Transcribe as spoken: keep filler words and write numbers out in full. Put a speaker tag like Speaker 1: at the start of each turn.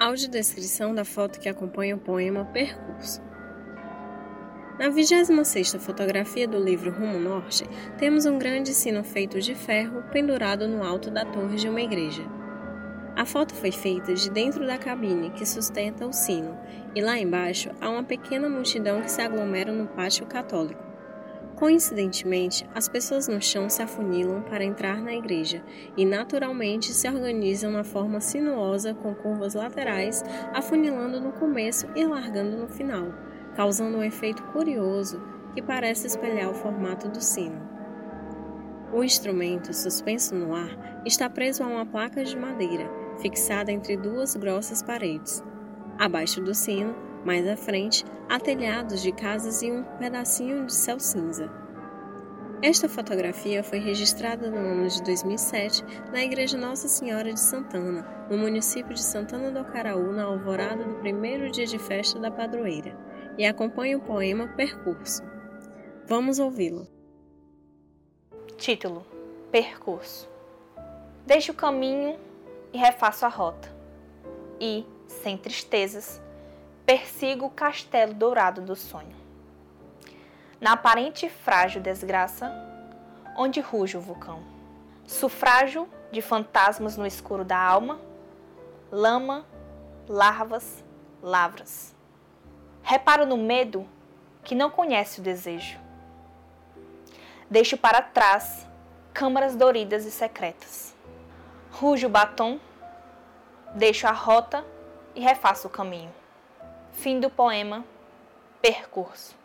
Speaker 1: Audiodescrição da foto que acompanha o poema Percurso. Na vigésima sexta fotografia do livro Rumo Norte, temos um grande sino feito de ferro pendurado no alto da torre de uma igreja. A foto foi feita de dentro da cabine que sustenta o sino, e lá embaixo há uma pequena multidão que se aglomera no pátio católico. Coincidentemente, as pessoas no chão se afunilam para entrar na igreja e naturalmente se organizam na forma sinuosa com curvas laterais, afunilando no começo e largando no final, causando um efeito curioso que parece espelhar o formato do sino. O instrumento, suspenso no ar, está preso a uma placa de madeira, fixada entre duas grossas paredes. Abaixo do sino, mais à frente, há telhados de casas e um pedacinho de céu cinza. Esta fotografia foi registrada no ano de dois mil e sete na Igreja Nossa Senhora de Santana, no município de Santana do Acaraú, na alvorada do primeiro dia de festa da padroeira, e acompanha o poema Percurso. Vamos ouvi-lo.
Speaker 2: Título: Percurso. Deixo o caminho e refaço a rota, e, sem tristezas, persigo o castelo dourado do sonho. Na aparente e frágil desgraça, onde ruge o vulcão. Sufrágio de fantasmas no escuro da alma, lama, larvas, lavras. Reparo no medo que não conhece o desejo. Deixo para trás câmaras doridas e secretas. Ruge o batom, deixo a rota e refaço o caminho. Fim do poema Percurso.